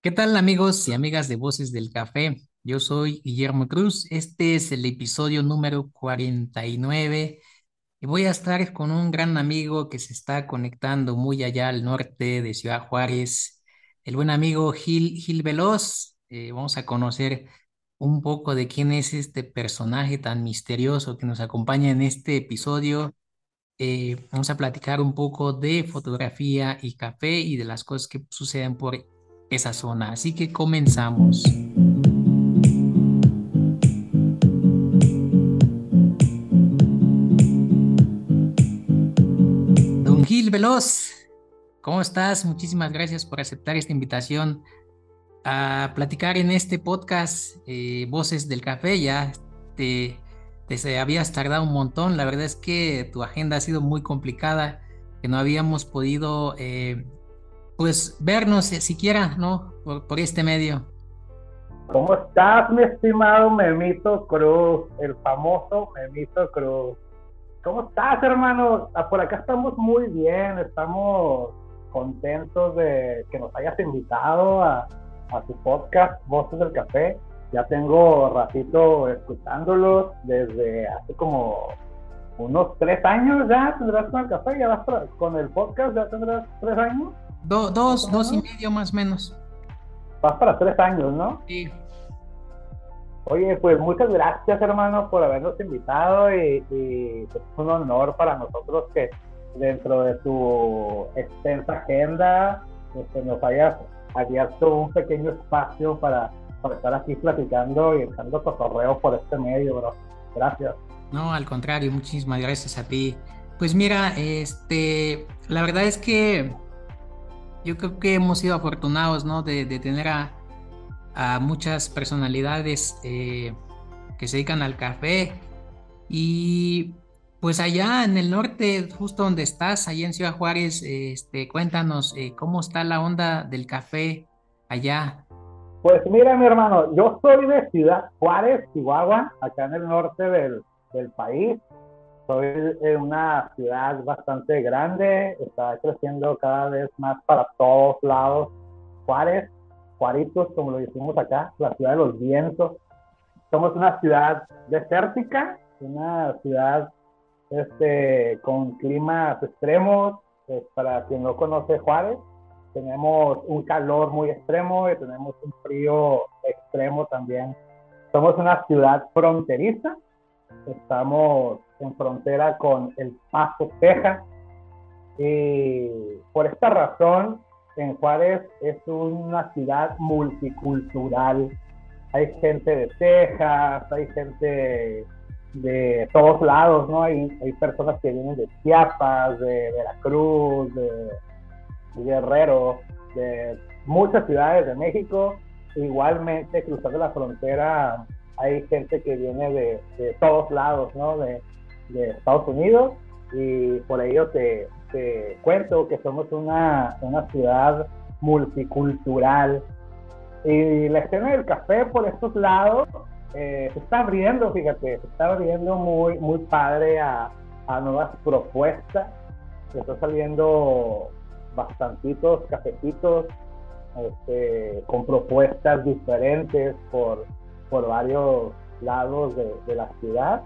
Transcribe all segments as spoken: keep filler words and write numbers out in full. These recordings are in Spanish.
¿Qué tal amigos y amigas de Voces del Café? Yo soy Guillermo Cruz. Este es el episodio número cuarenta y nueve y voy a estar con un gran amigo que se está conectando muy allá al norte de Ciudad Juárez, el buen amigo Gil, Gil Veloz. Eh, vamos a conocer un poco de quién es este personaje tan misterioso que nos acompaña en este episodio. Eh, vamos a platicar un poco de fotografía y café y de las cosas que suceden por esa zona. Así que comenzamos. Don Gil Veloz, ¿cómo estás? Muchísimas gracias por aceptar esta invitación a platicar en este podcast, eh, Voces del Café. Ya te, te se habías tardado un montón. La verdad es que tu agenda ha sido muy complicada, que no habíamos podido eh, pues vernos eh, siquiera, ¿no? Por, por este medio. ¿Cómo estás, mi estimado Memito Cruz? El famoso Memito Cruz. ¿Cómo estás, hermano? Ah, Por acá estamos muy bien, estamos contentos de que nos hayas invitado a, a tu podcast, Voces del Café. Ya tengo ratito escuchándolos desde hace como unos tres años ya tendrás con el café, ya vas para- con el podcast, ya tendrás tres años, Do- más o dos, dos y menos. medio más o menos. Vas para tres años, ¿no? Sí. Oye, pues muchas gracias, hermano, por habernos invitado y, y pues, es un honor para nosotros que dentro de tu extensa agenda este, nos hayas abierto un pequeño espacio para, para estar aquí platicando y echando cotorreo por este medio, bro. Gracias. No, al contrario, muchísimas gracias a ti. Pues mira, este, la verdad es que yo creo que hemos sido afortunados, ¿no? De, de tener a, a muchas personalidades eh, que se dedican al café. Y pues allá en el norte, justo donde estás, allá en Ciudad Juárez, eh, este, cuéntanos eh, cómo está la onda del café allá. Pues mira, mi hermano, yo soy de Ciudad Juárez, Chihuahua, acá en el norte del, del país. Soy en una ciudad bastante grande, está creciendo cada vez más para todos lados. Juárez, Juaritos, como lo decimos acá, la ciudad de los vientos. Somos una ciudad desértica, una ciudad este, con climas extremos. Eh, para quien no conoce Juárez, tenemos un calor muy extremo y tenemos un frío extremo también. Somos una ciudad fronteriza. Estamos en frontera con El Paso, Texas. Y por esta razón, en Juárez es una ciudad multicultural. Hay gente de Texas, hay gente de todos lados, ¿no? Hay, hay personas que vienen de Chiapas, de Veracruz, de, de Guerrero, de muchas ciudades de México. Igualmente, cruzando la frontera, hay gente que viene de, de todos lados, ¿no? De, de Estados Unidos. Y por ello te, te cuento que somos una, una ciudad multicultural. Y la escena del café por estos lados eh, se está abriendo, fíjate, se está abriendo muy, muy padre a, a nuevas propuestas. Se está saliendo bastantitos cafecitos este, con propuestas diferentes por, por varios lados de, de la ciudad.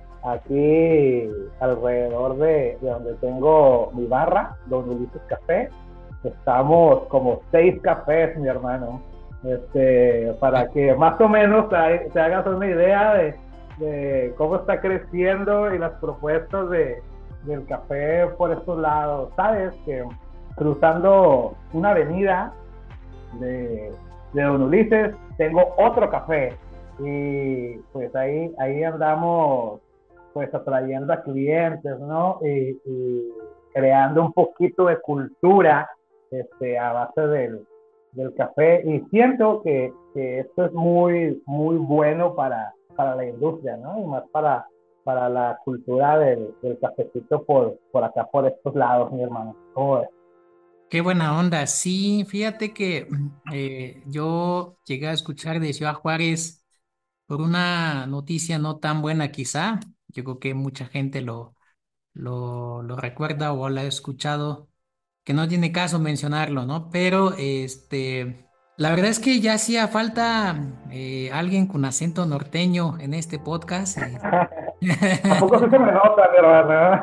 Aquí alrededor de, de donde tengo mi barra, Don Ulises Café, estamos como seis cafés, mi hermano, este, para que más o menos te, te hagas una idea de, de, cómo está creciendo y las propuestas de, del café por estos lados. Sabes que cruzando una avenida de, de Don Ulises tengo otro café y pues ahí, ahí andamos pues atrayendo a clientes, ¿no? Y, y creando un poquito de cultura este, a base del, del café y siento que, que esto es muy, muy bueno para, para la industria, ¿no? Y más para, para la cultura del, del cafecito por, por acá, por estos lados, mi hermano. ¿Cómo ves? Qué buena onda. Sí, fíjate que eh, yo llegué a escuchar de Ciudad Juárez por una noticia no tan buena quizá. Yo creo que mucha gente lo, lo, lo recuerda o lo ha escuchado, que no tiene caso mencionarlo, ¿no? Pero este... La verdad es que ya hacía falta eh, alguien con acento norteño en este podcast. eh. ¿A poco sí se me nota, mi hermano?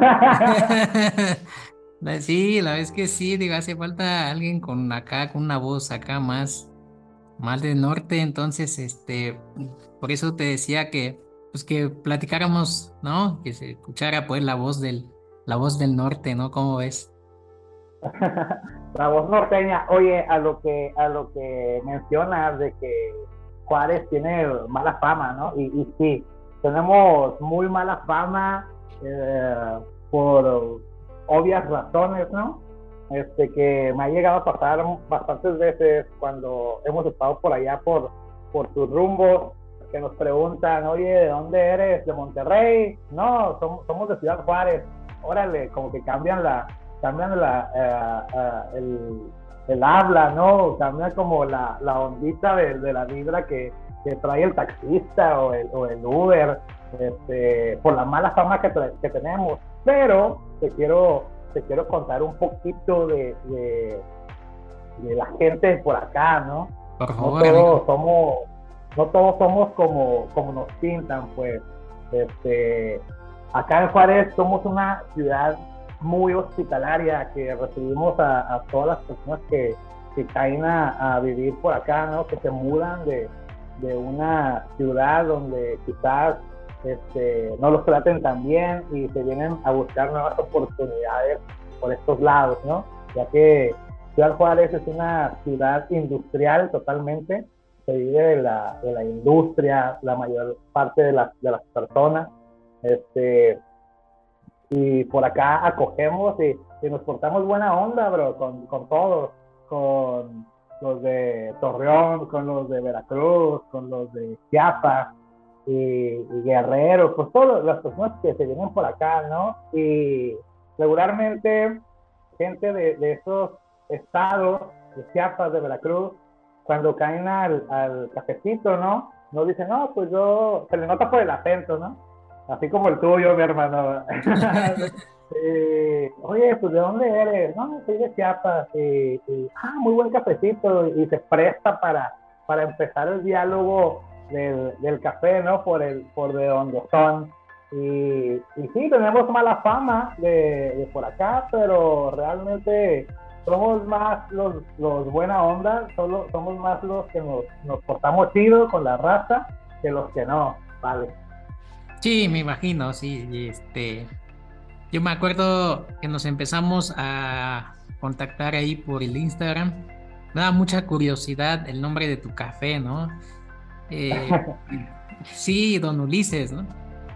La- Sí, la verdad es que sí, digo, hace falta alguien con acá, con una voz acá más, más del norte, entonces, este, por eso te decía que, pues que platicáramos, ¿no? Que se escuchara pues la voz del, la voz del norte, ¿no? ¿Cómo ves? La voz norteña, oye, a lo que a lo que mencionas de que Juárez tiene mala fama, ¿no? Y, y sí, tenemos muy mala fama eh, por obvias razones, ¿no? Este que me ha llegado a pasar bastantes veces cuando hemos estado por allá por por tus rumbos, que nos preguntan, oye, ¿de dónde eres? ¿De Monterrey? No, somos, somos de Ciudad Juárez. Órale, como que cambian la, cambian la, eh, eh, el, el habla, ¿no? Cambia como la, la ondita de, de la vibra que, que trae el taxista o el, o el Uber, este, por la mala fama que, que tenemos. Pero te quiero, te quiero contar un poquito de, de, de la gente por acá, ¿no? Por No favor, amigo. todos somos, no todos somos como, como nos pintan, pues. Este, acá en Juárez somos una ciudad muy hospitalaria que recibimos a, a todas las personas que, que caen a, a, vivir por acá, ¿no? Que se mudan de, de una ciudad donde quizás este, no los traten tan bien y se vienen a buscar nuevas oportunidades por estos lados, ¿no? Ya que Ciudad Juárez es una ciudad industrial totalmente, se vive de la, de la industria, la mayor parte de las, de las personas, este, y por acá acogemos y, y nos portamos buena onda, bro, con, con todos, con los de Torreón, con los de Veracruz, con los de Chiapas y, y Guerrero, pues todas las personas que se vienen por acá, ¿no? Y regularmente gente de, de esos estados, de Chiapas, de Veracruz, cuando caen al, al cafecito, ¿no? No dicen, no, pues yo, se le nota por el acento, ¿no? Así como el tuyo, mi hermano. eh, Oye, pues ¿de dónde eres? No, soy de Chiapas. Y, y, ah, muy buen cafecito. Y, y se presta para, para empezar el diálogo del, del café, ¿no? Por, el, por de donde son. Y, y sí, tenemos mala fama de, de por acá, pero realmente somos más los, los buena onda, solo, somos más los que nos, nos portamos chido con la raza que los que no, ¿vale? Sí, me imagino, sí, y este, yo me acuerdo que nos empezamos a contactar ahí por el Instagram. Me da mucha curiosidad el nombre de tu café, ¿no? Eh, sí, don Ulises, ¿no?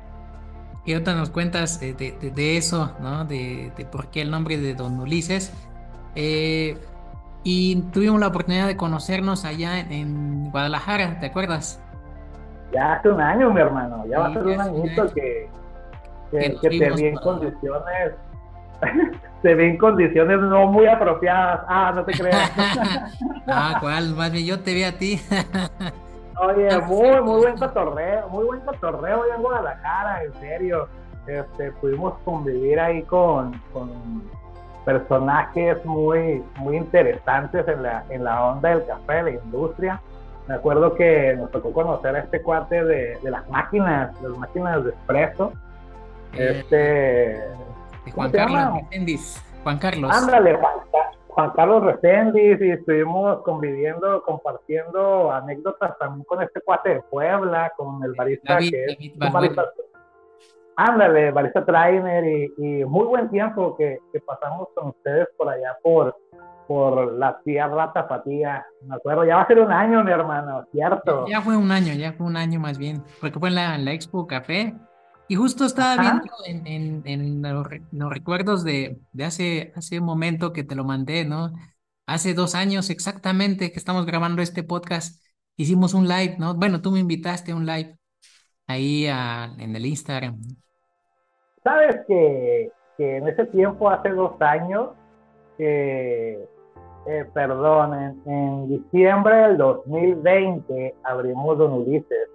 Y ahorita nos cuentas de, de- de- de eso, ¿no? De, de por qué el nombre de don Ulises. Eh, y tuvimos la oportunidad de conocernos allá en, en Guadalajara, ¿te acuerdas? Ya hace un año, mi hermano, ya va a Sí, ser ya un hace un año añito que, que que, nos que te vimos vi en por allá. condiciones, te vi en condiciones no muy apropiadas. Ah, no te creas. Ah, ¿cuál? Más bien yo te vi a ti. Oye, Ah, sí, muy, cierto. muy buen cotorreo, muy buen cotorreo allá en Guadalajara, en serio. Este, pudimos convivir ahí con, con personajes muy, muy interesantes en la, en la onda del café, de la industria. Me acuerdo que nos tocó conocer a este cuate de, de las máquinas, las máquinas de espresso. El, Este, de ¿cómo Juan se Carlos llama? Reséndiz. Juan Carlos. Ándale, Juan, Juan Carlos Reséndiz, y estuvimos conviviendo, compartiendo anécdotas también con este cuate de Puebla, con el eh, barista David, que es David un barista, Barrueta. ándale, barista trainer, y, y muy buen tiempo que, que, pasamos con ustedes por allá por, por la tierra tapatía. Me acuerdo, ya va a ser un año, mi hermano, Ya, cierto. ya fue un año, ya fue un año más bien, porque fue en la, en la Expo Café. Y justo estaba viendo Ajá. en, en, en los, re- los recuerdos de, de hace, hace un momento que te lo mandé, ¿no? Hace dos años exactamente que estamos grabando este podcast, hicimos un live, ¿no? Bueno, tú me invitaste a un live ahí a- en el Instagram. Sabes que, que en ese tiempo, hace dos años, que eh, perdón, en, en diciembre del dos mil veinte abrimos Don Ulises,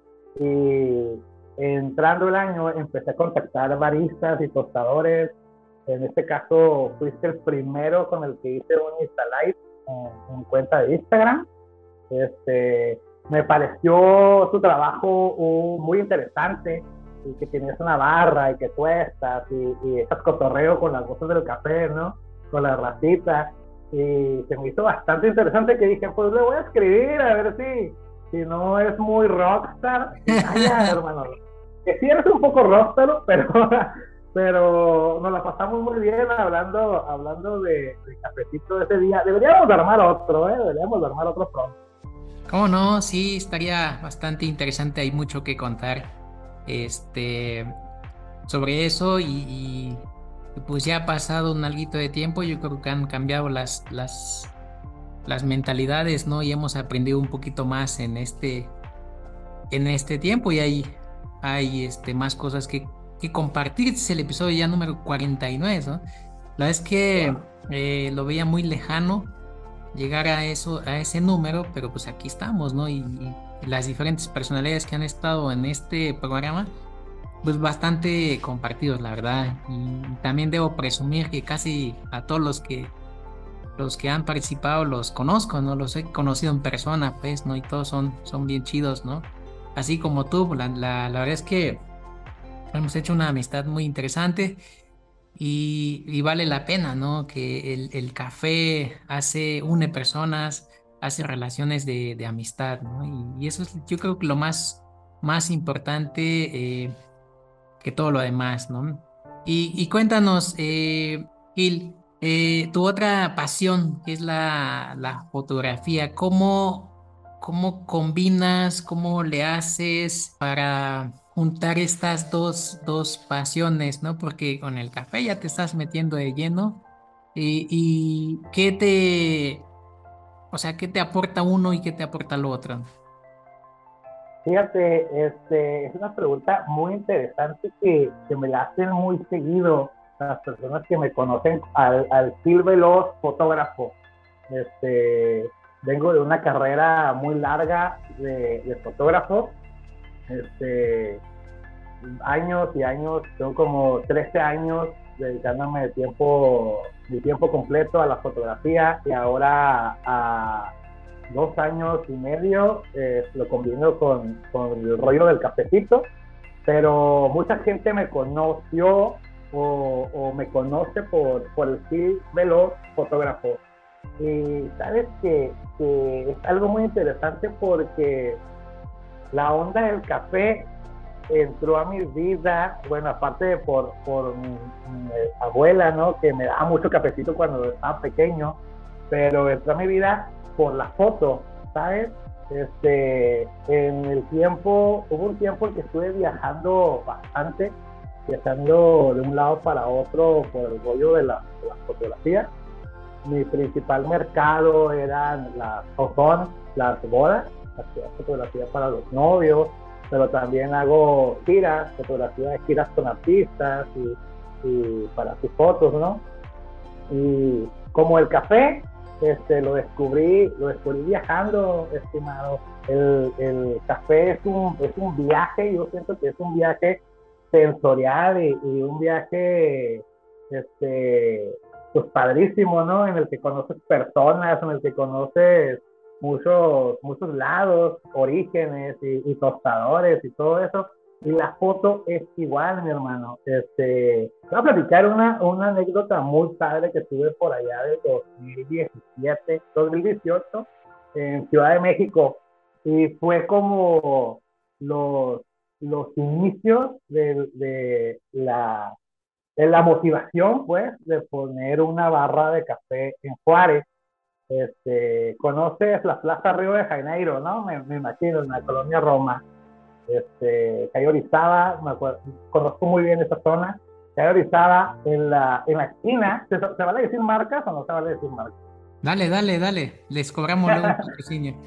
y entrando el año empecé a contactar baristas y tostadores. En este caso fuiste el primero con el que hice un Insta Live en, en cuenta de Instagram, Este, me pareció su trabajo uh, muy interesante, y que tienes una barra y que tuestas y, y estás cotorreo con las voces del café, ¿no? Con la racita. Y se me hizo bastante interesante que dije, pues le voy a escribir a ver si, si no es muy rockstar. Y vaya, hermano, que sí eres un poco rockstar, pero, pero nos la pasamos muy bien hablando, hablando de, de cafecito de ese día. Deberíamos armar otro, ¿eh? Deberíamos armar otro pronto. ¿Cómo no? Sí, estaría bastante interesante, hay mucho que contar este, sobre eso y, y- y pues ya ha pasado un alguito de tiempo, yo creo que han cambiado las, las, las mentalidades, ¿no? Y hemos aprendido un poquito más en este, en este tiempo y hay, hay este, más cosas que, que compartir. Este es el episodio ya número cuarenta y nueve, ¿no? La verdad es que eh, lo veía muy lejano llegar a eso, a ese número, pero pues aquí estamos, ¿no? Y, y las diferentes personalidades que han estado en este programa, pues bastante compartidos, la verdad. Y también debo presumir que casi a todos los que los que han participado los conozco, ¿no? Los he conocido en persona, pues, ¿no? Y todos son, son bien chidos, ¿no? Así como tú, la, la, la verdad es que hemos hecho una amistad muy interesante. Y, y vale la pena, ¿no? Que el, el café hace, une personas, hace relaciones de, de amistad, ¿no? Y, y eso es, yo creo que lo más, más importante eh, que todo lo demás, ¿no? Y, y cuéntanos, eh, Gil, eh, tu otra pasión, que es la, la fotografía, ¿cómo, cómo combinas, cómo le haces para juntar estas dos, dos pasiones, ¿no? Porque con el café ya te estás metiendo de lleno. Y, y qué te, o sea, qué te aporta uno y qué te aporta lo otro. Fíjate, este, es una pregunta muy interesante que, que me la hacen muy seguido las personas que me conocen al, al Gil Veloz fotógrafo. Este, vengo de una carrera muy larga de, de fotógrafo, este, años y años, tengo como trece años dedicándome de tiempo, de tiempo completo a la fotografía, y ahora a dos años y medio eh, lo combino con, con el rollo del cafecito, pero mucha gente me conoció o, o me conoce por, por el Gil Veloz fotógrafo. Y sabes que, que es algo muy interesante porque la onda del café entró a mi vida, bueno, aparte de por, por mi, mi abuela, ¿no? Que me daba mucho cafecito cuando estaba pequeño, pero entró a mi vida por la foto, ¿sabes? Este, en el tiempo, hubo un tiempo en que estuve viajando bastante, viajando de un lado para otro por el rollo de la, de la fotografía. Mi principal mercado eran las, o son las bodas, hacía fotografía para los novios, pero también hago giras, fotografía de giras con artistas y, y para sus fotos, ¿no? Y como el café, este, lo descubrí, lo descubrí viajando, estimado. El, el café es un, es un viaje, yo siento que es un viaje sensorial y, y un viaje, este, pues padrísimo, ¿no? En el que conoces personas, en el que conoces muchos, muchos lados, orígenes y, y tostadores y todo eso. Y la foto es igual, mi hermano. Este, voy a platicar una, una anécdota muy padre que tuve por allá del dos mil diecisiete, dos mil dieciocho, en Ciudad de México. Y fue como los, los inicios de, de, la, de la motivación, pues, de poner una barra de café en Juárez. Este, conoces la Plaza Río de Janeiro, ¿no? Me, me imagino, en la colonia Roma. Este, Cayo Orizaba, me acuerdo, conozco muy bien esa zona. Cayo Orizaba, en la, en la esquina, ¿se, ¿se vale decir marcas o no se vale decir marcas? Dale, dale, dale. Les cobramos luego un patrocinio.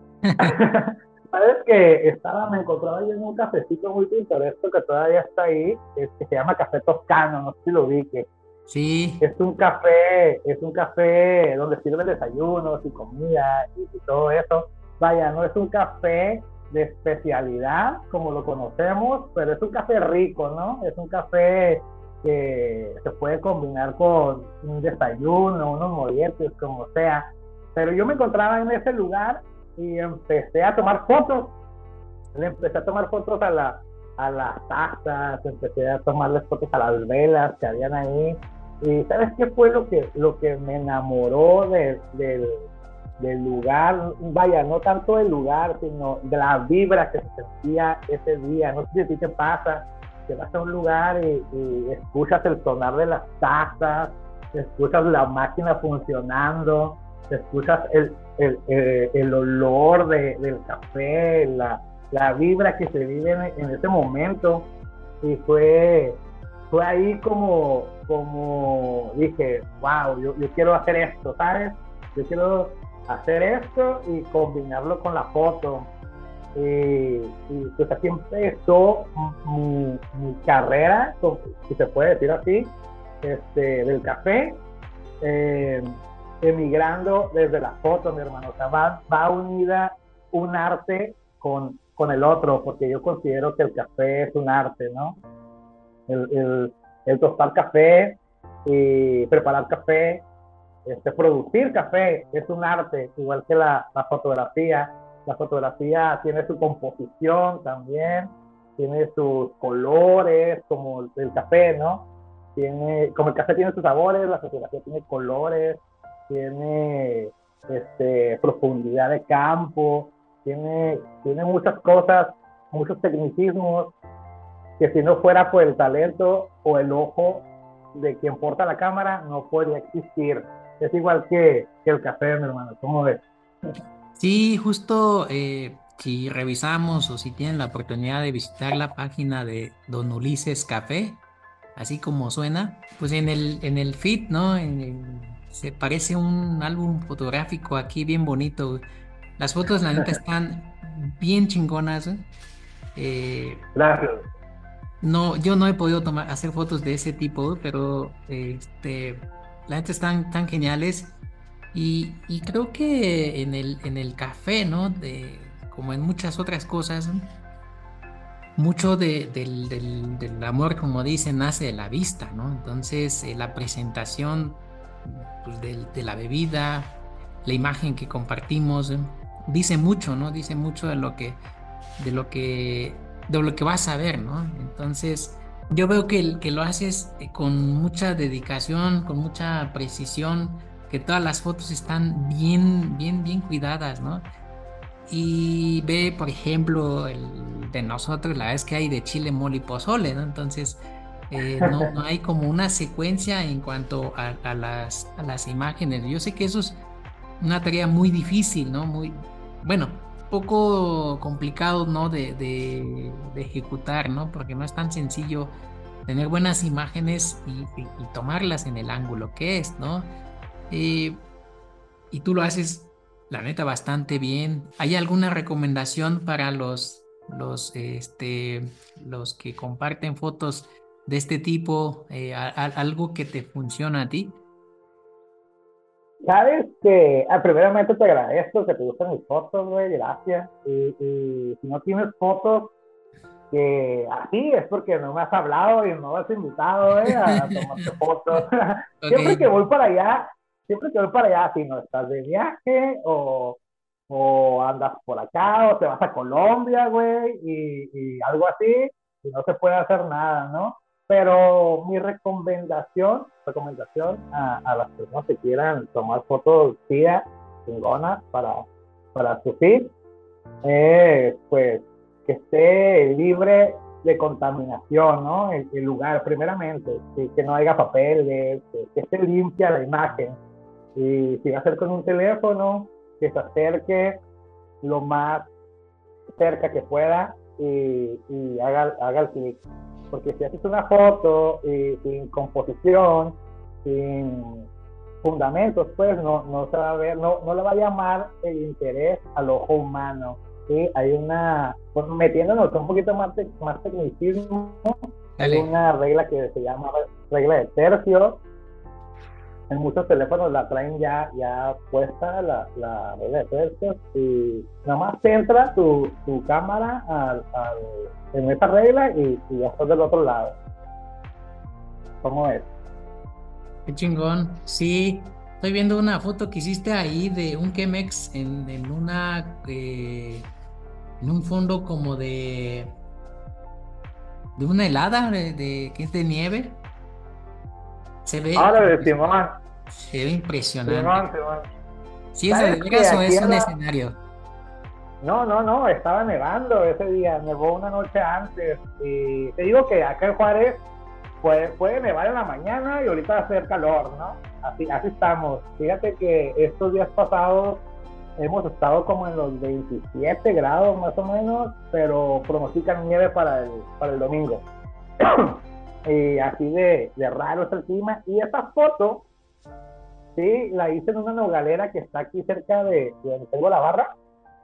Sabes que estaba, me encontraba yo en un cafecito muy pintoresco que todavía está ahí, es, que se llama Café Toscano, no sé si lo vi, que Sí, es un café, es un café donde sirven desayunos y comida y, y todo eso. Vaya, no es un café de especialidad como lo conocemos, pero es un café rico, ¿no? Es un café que se puede combinar con un desayuno, unos molletes, como sea. Pero yo me encontraba en ese lugar y empecé a tomar fotos. Le empecé a tomar fotos a, la, a las tazas, empecé a tomarles fotos a las velas que habían ahí. Y ¿sabes qué fue lo que, lo que me enamoró de, de, del lugar? Vaya, no tanto del lugar, sino de la vibra que se sentía ese día. No sé si a ti te pasa, que vas a un lugar y, y escuchas el sonar de las tazas, escuchas la máquina funcionando, escuchas el, el, el, el olor de, del café, la, la vibra que se vive en, en ese momento. Y fue, fue ahí como, como dije, wow, yo, yo quiero hacer esto, ¿sabes? Yo quiero hacer esto y combinarlo con la foto. Y, y pues así empezó mi, mi carrera, si se puede decir así, este, del café, eh, emigrando desde la foto, mi hermano. O sea, va, va unida un arte con, con el otro, porque yo considero que el café es un arte, ¿no? El, el, el tostar café y preparar café, este, producir café es un arte, igual que la, la fotografía. La fotografía tiene su composición también, tiene sus colores, como el café, ¿no? Tiene, como el café tiene sus sabores, la fotografía tiene colores, tiene este, profundidad de campo, tiene, tiene muchas cosas, muchos tecnicismos que si no fuera por el talento o el ojo de quien porta la cámara, no podría existir. Es igual que, que el café, mi hermano. ¿Cómo ves? Sí, justo eh, si revisamos o si tienen la oportunidad de visitar la página de Don Ulises Café, así como suena, pues en el, en el feed, ¿no? En- en- se parece un álbum fotográfico aquí bien bonito. Las fotos, la neta, están bien chingonas. ¿Eh? Eh, Gracias. no, yo no he podido tomar, hacer fotos de ese tipo, pero este, la neta están tan geniales. Y, y creo que en el, en el café, ¿no? De, como en muchas otras cosas, mucho de- del, del- del amor, como dicen, nace de la vista, ¿no? Entonces, eh, la presentación, pues, del- de, la bebida, la imagen que compartimos, eh, dice mucho, ¿no? Dice mucho de lo que, de lo que, de lo que vas a ver, ¿no? Entonces, yo veo que, el- que lo haces eh, con mucha dedicación, con mucha precisión, que todas las fotos están bien, bien, bien cuidadas, ¿no? Y ve, por ejemplo, el de nosotros, la vez que hay de chile, mole y pozole, ¿no? Entonces, eh, no, no hay como una secuencia en cuanto a, a las, a las imágenes. Yo sé que eso es una tarea muy difícil, ¿no? Muy, bueno, poco complicado, ¿no? De, de, de ejecutar, ¿no? Porque no es tan sencillo tener buenas imágenes y, y- y tomarlas en el ángulo que es, ¿no? Eh, y tú lo haces, la neta, bastante bien. ¿Hay alguna recomendación para los, los, este, los que comparten fotos de este tipo? Eh, a- a- algo que te funciona a ti. Sabes que, ah, primeramente te agradezco que te gusten mis fotos, güey, gracias. Y, y si no tienes fotos, que así es porque no me has hablado y no me has invitado, eh, a, a tomarte fotos. Ok, Siempre que voy para allá, siempre que voy para allá, si no estás de viaje o, o andas por acá o te vas a Colombia, güey, y, y algo así, y no se puede hacer nada, ¿no? Pero mi recomendación, recomendación a, a las personas que quieran tomar fotos chidas, chingonas para, para su feed, eh, pues que esté libre de contaminación, ¿no? El, el lugar, primeramente, que, que, no haya papeles, que, que esté limpia la imagen. Y si va a ser con un teléfono, que se acerque lo más cerca que pueda y, y haga, haga el clic. Porque si haces una foto y, sin composición, sin fundamentos, pues no, no se va a ver, no, no le va a llamar el interés al ojo humano. ¿Sí? Hay una, pues metiéndonos un poquito más, de, más tecnicismo, hay dale. una regla que se llama regla de tercio. En muchos teléfonos la traen ya, ya puesta la, la regla de tercios y nomás te entra tu, tu cámara al, al, en esa regla y, y ya estás del otro lado. ¿Cómo es? Qué chingón. Sí. Estoy viendo una foto que hiciste ahí de un Chemex en, en una eh, en un fondo como de de una helada de, de- que es de nieve. Se ve Ahora de impresionante. Simón, Se ve impresionante. Simón, Simón. ¿Si es de ¿Sabes de que veras o aquí es a un la... escenario? No, no, no, estaba nevando ese día, nevó una noche antes. Y te digo que acá en Juárez puede, puede nevar en la mañana y ahorita va a hacer calor, ¿no? Así, así estamos. Fíjate que estos días pasados hemos estado como en los veintisiete grados más o menos, pero pronostican nieve para el, para el domingo. Y así de, de raro es el clima. Y esa foto, sí, la hice en una nogalera que está aquí cerca de, de donde tengo la barra.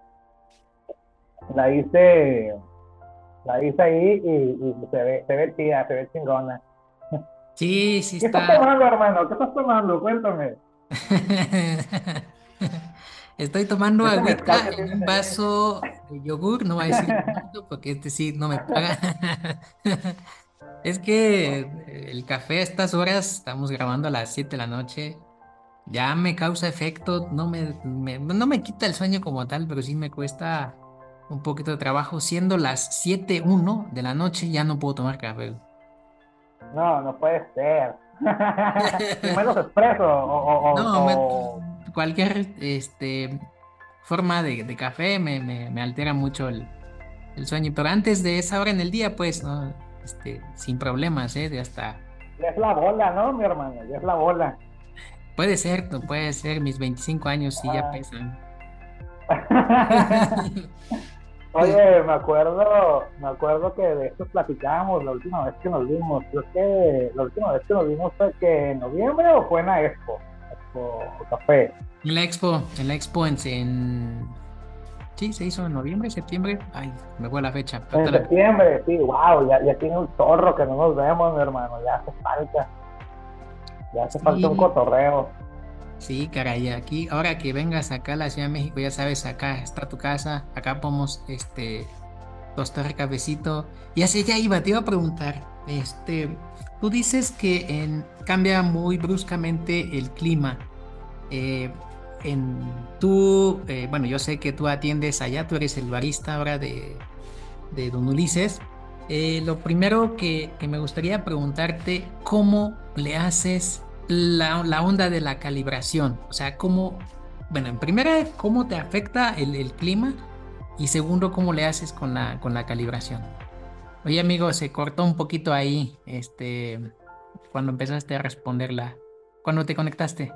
La hice, la hice ahí y, y se ve, se ve chida, se ve chingona. Sí, sí ¿Qué estás está. tomando, hermano? ¿Qué estás tomando? Cuéntame. Estoy tomando Ese mezcal agüita que en tienes un ahí. vaso de yogur, no voy a decir el marco porque este sí no me paga. Es que eh, el café a estas horas, estamos grabando a las siete de la noche, ya me causa efecto, no me, me- no me quita el sueño como tal, pero sí me cuesta un poquito de trabajo. Siendo las siete uno de la noche, ya no puedo tomar café. No, no puede ser. Y menos expreso o, o, No, me- o, cualquier este, forma de, de café me, me, me altera mucho el, el sueño, pero antes de esa hora en el día, pues, ¿no? Este, sin problemas, ¿eh? De hasta, ya es la bola, ¿no, mi hermano? Ya es la bola. puede ser, no puede ser, mis veinticinco años sí ya Ah. pesan. Oye, me acuerdo, me acuerdo que de esto platicábamos la última vez que nos vimos. Creo que la última vez que nos vimos fue que en noviembre o fue en la Expo, Expo Café. En la expo, en la expo en, en- sí, se hizo en noviembre, septiembre, ay, me fue la fecha, pero En te la- septiembre, sí, wow, ya, ya tiene un chorro que no nos vemos, mi hermano. Ya hace falta, ya hace falta un sí, cotorreo. sí, caray, aquí, ahora que vengas acá a la Ciudad de México, ya sabes, acá está tu casa, acá podemos, este, tostar cafecito, y así ya iba, te iba a preguntar, este, tú dices que en, cambia muy bruscamente el clima. Eh, en tú, eh, bueno, yo sé que tú atiendes allá, tú eres el barista ahora de, de Don Ulises. Eh, lo primero que, que me gustaría preguntarte, ¿cómo le haces la, la onda de la calibración? O sea, ¿cómo, bueno, en primera, ¿cómo te afecta el, el clima? Y segundo, ¿cómo le haces con la, con la calibración? Oye, amigo, se cortó un poquito ahí, este, cuando empezaste a responderla. ¿Cuándo te conectaste?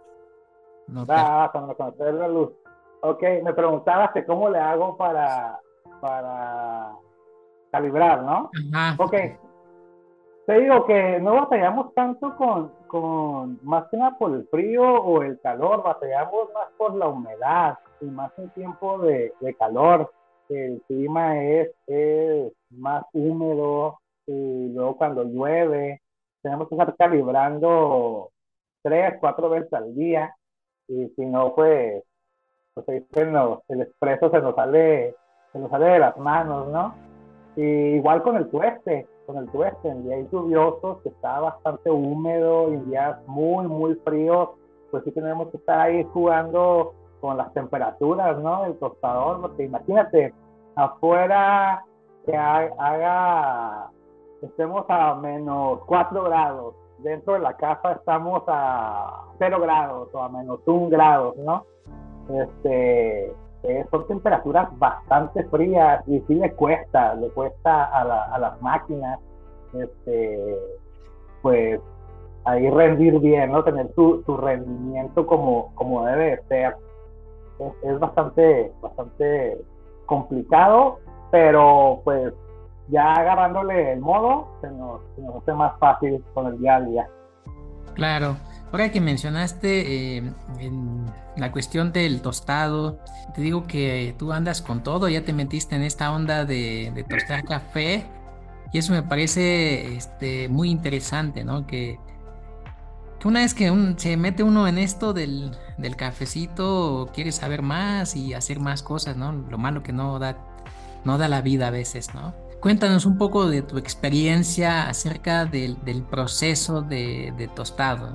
No te... Va, cuando, cuando te dé la luz. Ok, me preguntabas que cómo le hago para, para calibrar, ¿no? Ajá, Ok, te digo que no batallamos tanto con, con, más que nada por el frío o el calor, batallamos más por la humedad y más en tiempo de, de calor. El clima es, es más húmedo y luego cuando llueve tenemos que estar calibrando tres, cuatro veces al día y si no, pues, pues ahí se nos- el expreso se nos sale, se nos sale de las manos, ¿no? Y igual con el tueste, con el tueste, en días lluviosos, que está bastante húmedo, y en días muy, muy fríos, pues sí tenemos que estar ahí jugando con las temperaturas, ¿no? Del tostador, porque imagínate, afuera que haga, estemos a menos cuatro grados, dentro de la casa estamos a cero grados o a menos un grado, ¿no? este, eh, son temperaturas bastante frías y sí le cuesta, le cuesta a, la, a las máquinas, este, pues ahí rendir bien, ¿no? Tener su, su rendimiento como, como debe de ser. Es, es bastante, bastante complicado, pero pues ya agarrándole el modo, se nos, se nos hace más fácil con el día a día. claro. Ahora que mencionaste eh, en la cuestión del tostado, te digo que tú andas con todo, ya te metiste en esta onda de, de tostar café y eso me parece este, muy interesante, ¿no? Que, que una vez que un- se mete uno en esto del, del cafecito, quiere saber más y hacer más cosas, ¿no? Lo malo que no da, no da la vida a veces, ¿no? Cuéntanos un poco de tu experiencia acerca del, del proceso de, de tostado.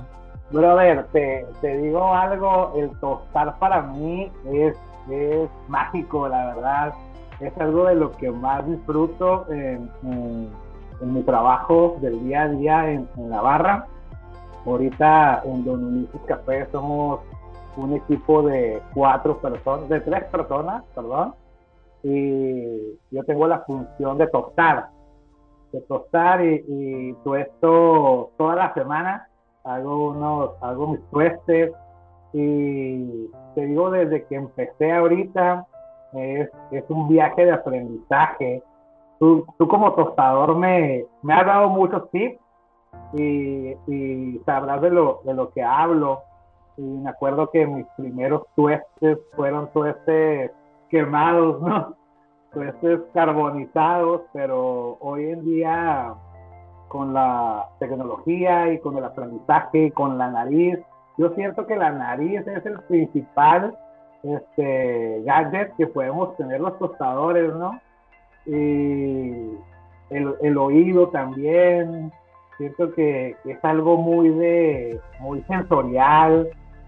Brother, te, te digo algo, el tostar para mí es, es mágico, la verdad. Es algo de lo que más disfruto en, en, en mi trabajo del día a día en, en la barra. Ahorita en Don Ulises Café somos un equipo de cuatro personas, de tres personas, perdón, y yo tengo la función de tostar, de tostar y, y tuesto toda la semana, hago unos, hago mis tuestes y te digo desde que empecé ahorita es, es un viaje de aprendizaje. Tú, tú como tostador me, me has dado muchos tips y, y sabrás de lo, de lo que hablo. Y me acuerdo que mis primeros tuestes fueron tuestes quemados, ¿no? Tuestes carbonizados, pero hoy en día con la tecnología y con el aprendizaje y con la nariz, yo siento que la nariz es el principal este, gadget que podemos tener los tostadores, ¿no? Y el, el oído también, siento que, que es algo muy de muy sensorial,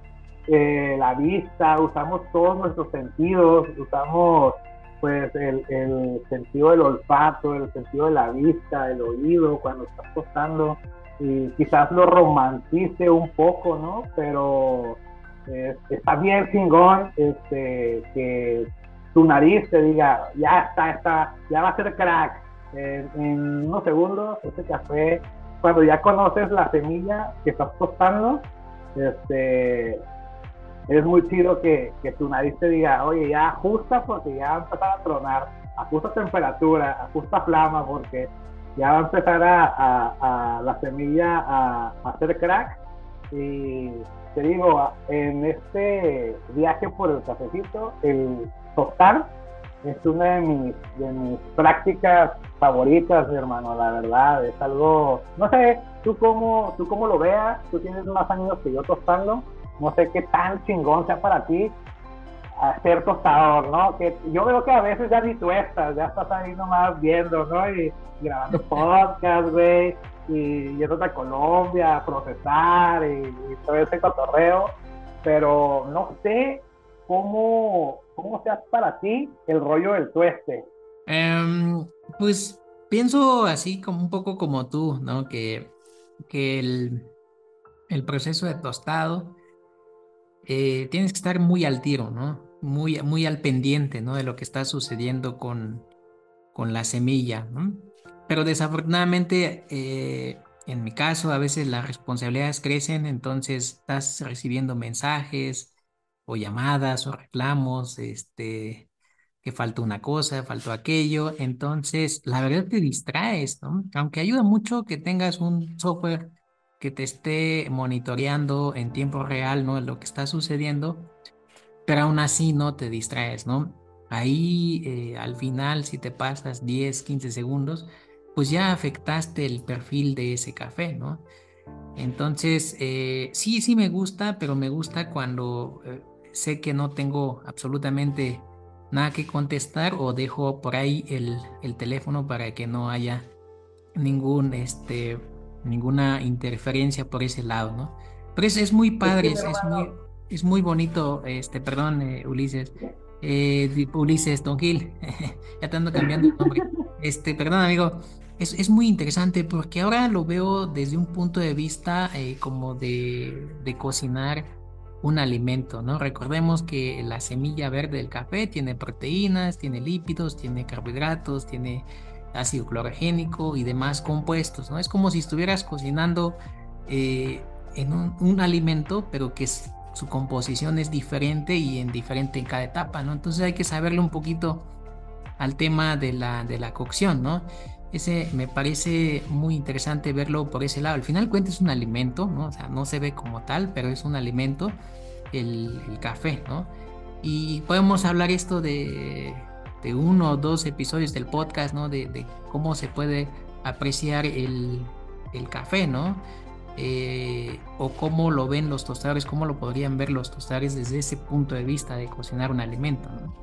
eh, la vista, usamos todos nuestros sentidos, usamos pues el, el, sentido del olfato, el sentido de la vista, el oído cuando estás tostando y quizás lo romantice un poco, ¿no? Pero eh, está bien chingón este, que tu nariz te diga, ya está, está, ya va a ser crack. En, en unos segundos, ese café, cuando ya conoces la semilla que estás tostando, este, es muy chido que, que tu nariz te diga, oye, ya ajusta porque ya va a empezar a tronar, ajusta temperatura, ajusta flama porque ya va a empezar a, a, a la semilla a, a hacer crack. Y te digo, en este viaje por el cafecito, el tostar es una de mis, de mis prácticas favoritas, mi hermano, la verdad, es algo, no sé, tú cómo, tú cómo lo veas, tú tienes más años que yo tostando, no sé qué tan chingón sea para ti hacer tostador, ¿no? Que yo veo que a veces ya ni tú estás, ya estás ahí nomás viendo, ¿no? Y, y grabando podcast, güey, y yendo a Colombia a procesar y, y todo ese cotorreo, pero no sé cómo, cómo sea para ti el rollo del tueste. Em, pues pienso así como un poco como tú, ¿no? Que, que el, el proceso de tostado eh, tienes que estar muy al tiro, ¿no? Muy, muy al pendiente, ¿no? De lo que está sucediendo con, con la semilla, ¿no? Pero desafortunadamente, eh, en mi caso, a veces las responsabilidades crecen, entonces estás recibiendo mensajes o llamadas o reclamos, este, que faltó una cosa, faltó aquello, entonces la verdad te distraes, ¿no? Aunque ayuda mucho que tengas un software que te esté monitoreando en tiempo real, ¿no? Lo que está sucediendo, pero aún así no te distraes, ¿no? Ahí eh, al final, si te pasas diez quince segundos, pues ya afectaste el perfil de ese café, ¿no? Entonces, eh, sí, sí me gusta, pero me gusta cuando eh, sé que no tengo absolutamente nada que contestar o dejo por ahí el, el teléfono para que no haya ningún, este, ninguna interferencia por ese lado, ¿no? Pero es, es muy Es que padre, mi es, es hermano, muy, es muy bonito, este, perdón, eh, Ulises, eh, di- Ulises Don Gil, ya te ando cambiando el nombre. Este, perdón, amigo, es, es muy interesante porque ahora lo veo desde un punto de vista eh, como de, de cocinar un alimento, ¿no? Recordemos que la semilla verde del café tiene proteínas, tiene lípidos, tiene carbohidratos, tiene ácido clorogénico y demás compuestos, ¿no? Es como si estuvieras cocinando eh, en un, un alimento, pero que es- su composición es diferente y en diferente en cada etapa, ¿no? Entonces hay que saberle un poquito al tema de la, de la cocción, ¿no? Ese me parece muy interesante verlo por ese lado. Al final cuenta es un alimento, ¿no? O sea, no se ve como tal, pero es un alimento, el, el café, ¿no? Y podemos hablar esto de, de uno o dos episodios del podcast, ¿no? De, de cómo se puede apreciar el, el café, ¿no? Eh, o cómo lo ven los tostadores, cómo lo podrían ver los tostadores desde ese punto de vista de cocinar un alimento, ¿no?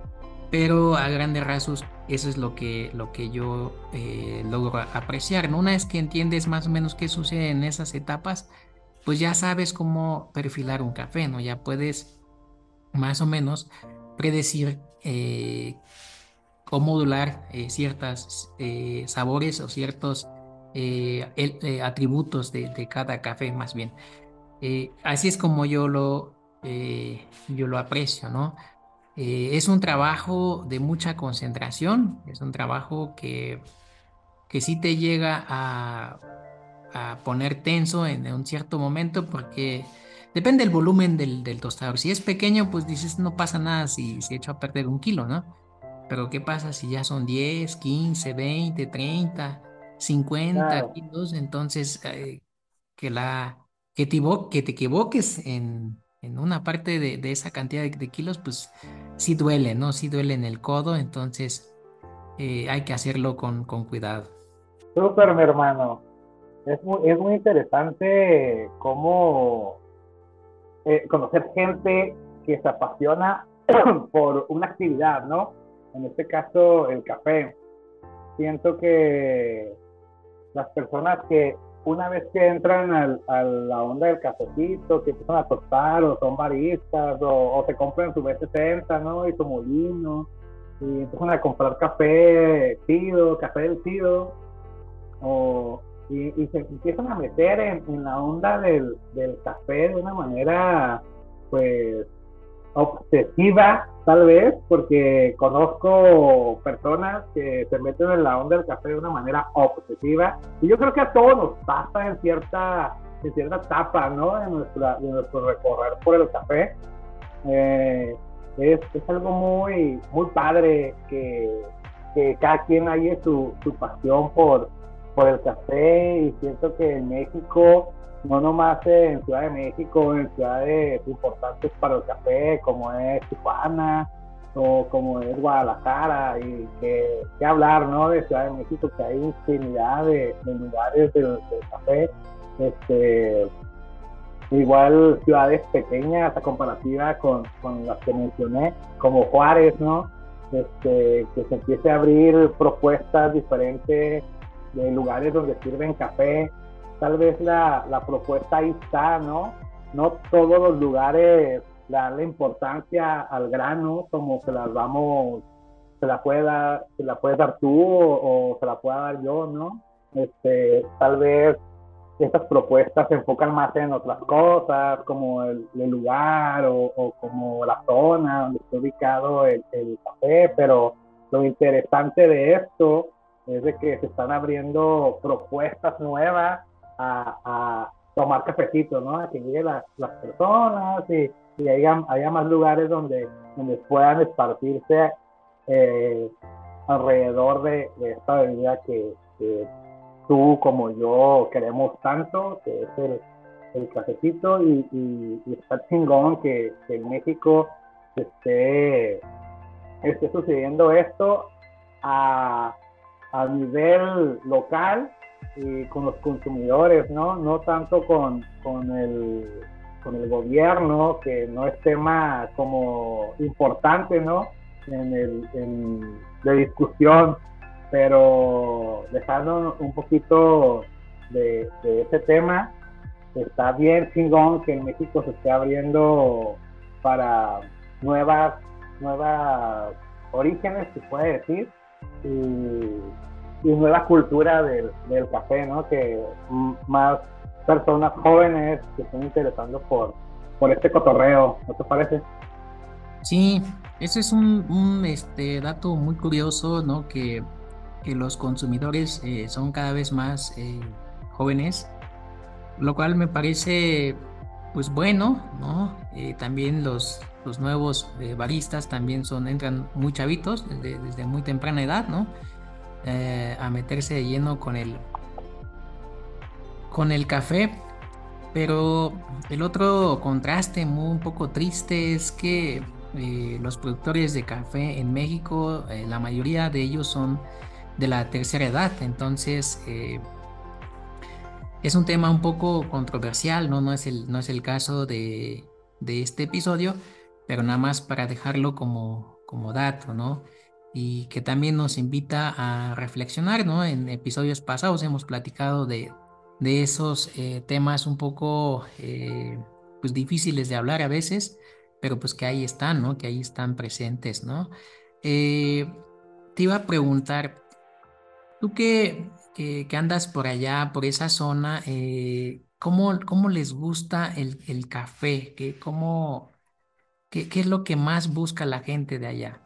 Pero a grandes rasgos eso es lo que, lo que yo eh, logro a- apreciar, ¿no? Una vez que entiendes más o menos qué sucede en esas etapas, pues ya sabes cómo perfilar un café, ¿no? Ya puedes más o menos predecir eh, o modular eh, ciertos eh, sabores o ciertos eh, el- eh, atributos de, de cada café, más bien. Eh, así es como yo lo, eh, yo lo aprecio, ¿no? Eh, es un trabajo de mucha concentración, es un trabajo que, que sí te llega a, a poner tenso en, un cierto momento porque depende del volumen del, del tostador. Si es pequeño, pues dices, no pasa nada si se echa a perder un kilo, ¿no? Pero ¿qué pasa si ya son diez, quince, veinte, treinta, cincuenta Claro. kilos? Entonces, eh, que, la, que, te, equivo- que te equivoques en, en una parte de, de esa cantidad de, de kilos, pues sí duele, ¿no? Sí duele en el codo, entonces eh, hay que hacerlo con, con cuidado. Súper, mi hermano. Es muy, es muy interesante cómo eh, conocer gente que se apasiona por una actividad, ¿no? En este caso, el café. Siento que las personas que una vez que entran al, a la onda del cafecito, que empiezan a tostar o son baristas o, o se compran su B sesenta, ¿no? Y su molino y empiezan a comprar café Tido, café del Tido o, y, y se empiezan a meter en, en la onda del, del café de una manera pues obsesiva, tal vez, porque conozco personas que se meten en la onda del café de una manera obsesiva. Y yo creo que a todos nos pasa en cierta, en cierta etapa, ¿no? En, nuestra, en nuestro recorrer por el café. Eh, es, es, algo muy, muy padre que, que cada quien haya su, su pasión por, por el café y siento que en México, no nomás en Ciudad de México, en ciudades importantes para el café como es Tijuana o como es Guadalajara y que, que hablar, ¿no? De Ciudad de México, que hay infinidad de, de lugares del, del café. Este, igual ciudades pequeñas a comparativa con, con las que mencioné, como Juárez, ¿no? Este, que se empiece a abrir propuestas diferentes de lugares donde sirven café. Tal vez la, la propuesta ahí está, ¿no? No todos los lugares le dan la importancia al grano como se las vamos, se la puede dar, se la puedes dar tú o, o se la pueda dar yo, ¿no? Este, tal vez estas propuestas se enfocan más en otras cosas, como el, el lugar o, o, como la zona donde está ubicado el, el, café, pero lo interesante de esto es de que se están abriendo propuestas nuevas a, a tomar cafecito, ¿no? A que lleguen la, las personas y, y haya, haya, más lugares donde, donde puedan esparcirse eh, alrededor de, de esta bebida que, que tú como yo queremos tanto, que es el, el cafecito, y, y, y está chingón que, que en México esté, esté sucediendo esto a, a nivel local y con los consumidores, ¿no? No tanto con, con, el, con el gobierno, que no es tema como importante, ¿no? En el, en, de discusión, pero dejando un poquito de, de ese tema, está bien chingón que en México se esté abriendo para nuevas, nuevas orígenes, se puede decir, y, y nueva cultura del, del café, ¿no? Que más personas jóvenes se estén interesando por, por este cotorreo, ¿no te parece? Sí, ese es un, un, este, dato muy curioso, ¿no? Que, que los consumidores eh, son cada vez más eh, jóvenes, lo cual me parece, pues bueno, ¿no? Eh, también los, los nuevos eh, baristas también son, entran muy chavitos, desde, desde muy temprana edad, ¿no? Eh, a meterse de lleno con el, con el café. Pero el otro contraste muy un poco triste es que eh, los productores de café en México, eh, la mayoría de ellos son de la tercera edad, entonces eh, es un tema un poco controversial, ¿no? No es el, no es el caso de, de este episodio, pero nada más para dejarlo como, como dato, ¿no? Y que también nos invita a reflexionar, ¿no? En episodios pasados hemos platicado de de esos eh, temas un poco eh, pues difíciles de hablar a veces, pero pues que ahí están, ¿no? Que ahí están presentes, ¿no? Eh, Te iba a preguntar, tú que, que, que andas por allá, por esa zona, eh, ¿cómo, cómo les gusta el, el café? ¿Qué, cómo, qué, qué es lo que más busca la gente de allá?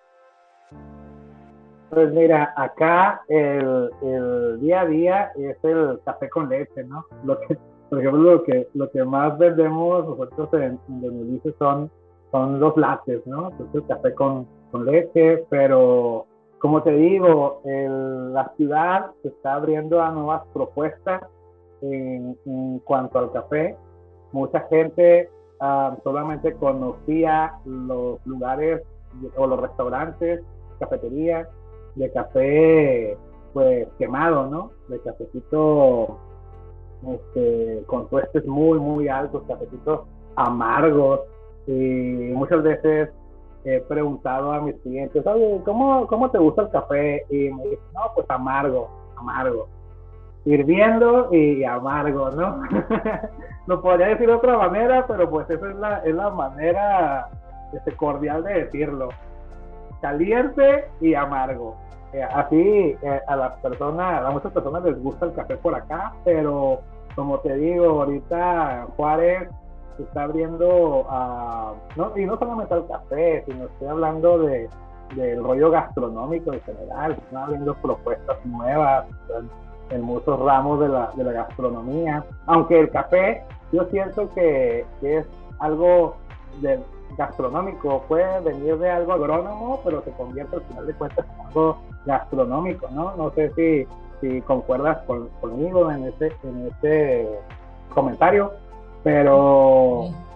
Pues mira, acá el, el día a día es el café con leche, ¿no? Lo que, por ejemplo, lo que, lo que más vendemos nosotros en, en Demolice son, son los lattes, ¿no? Entonces el café con, con leche, pero como te digo, el, la ciudad se está abriendo a nuevas propuestas en, en cuanto al café. Mucha gente uh, solamente conocía los lugares o los restaurantes, cafeterías de café pues quemado, ¿no? De cafecito este, con tuestes muy, muy altos, cafecitos amargos. Y muchas veces he preguntado a mis clientes, oye, ¿cómo, cómo te gusta el café? Y me dicen, no, pues amargo, amargo. Hirviendo y amargo, ¿no? Lo podría decir de otra manera, pero pues esa es la, es la manera este, cordial de decirlo. Caliente y amargo. Eh, así eh, a las personas, a muchas personas les gusta el café por acá, pero como te digo, ahorita Juárez se está abriendo a, no, y no solamente al café, sino estoy hablando de del rollo gastronómico en general, se están abriendo propuestas nuevas en, en muchos ramos de la, de la gastronomía, aunque el café yo siento que, que es algo de, gastronómico, puede venir de algo agrónomo, pero se convierte al final de cuentas en algo gastronómico, ¿no? No sé si, si concuerdas con, conmigo en ese, en ese comentario, pero Sí,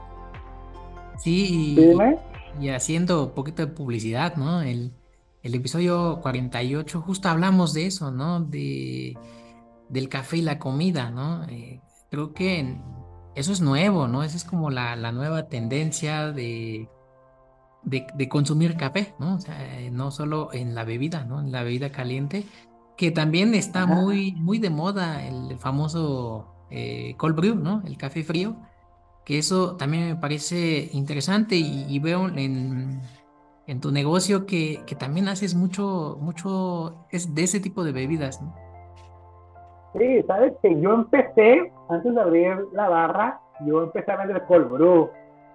dime. sí, y, y haciendo un poquito de publicidad, ¿no? El, el episodio cuarenta y ocho justo hablamos de eso, ¿no? De, del café y la comida, ¿no? Eh, creo que en- eso es nuevo, ¿no? Esa es como la, la nueva tendencia de, de, de consumir café, ¿no? O sea, eh, no solo en la bebida, ¿no? En la bebida caliente, que también está Ajá. muy, muy de moda el famoso eh, cold brew, ¿no? El café frío, que eso también me parece interesante y, y veo en, en tu negocio que, que también haces mucho, mucho es de ese tipo de bebidas, ¿no? Sí, sabes que yo empecé, antes de abrir la barra, yo empecé a vender cold brew.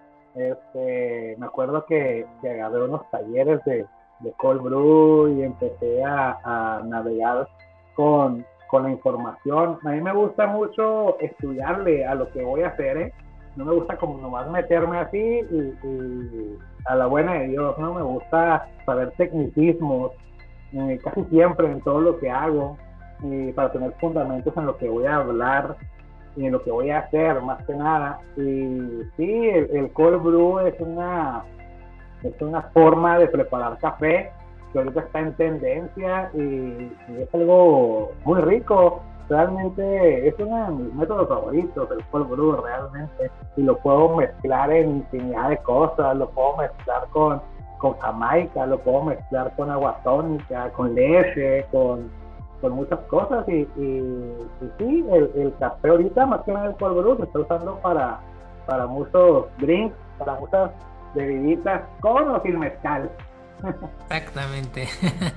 Este, me acuerdo que, que agarré unos talleres de, de cold brew y empecé a, a navegar con, con la información. A mí me gusta mucho estudiarle a lo que voy a hacer, ¿eh? No me gusta como nomás meterme así y, y a la buena de Dios, no me gusta saber tecnicismos eh, casi siempre en todo lo que hago y para tener fundamentos en lo que voy a hablar y en lo que voy a hacer más que nada. Y sí, el, el cold brew es una, es una forma de preparar café que ahorita está en tendencia y, y es algo muy rico. Realmente es uno de mis métodos favoritos, el cold brew realmente. Y lo puedo mezclar en infinidad de cosas, lo puedo mezclar con, con jamaica, lo puedo mezclar con agua tónica, con leche, con, con muchas cosas. Y, y, y sí, el, el café ahorita, más que nada el cold brew, se está usando para, para muchos drinks, para muchas bebiditas con o sin mezcal. Exactamente.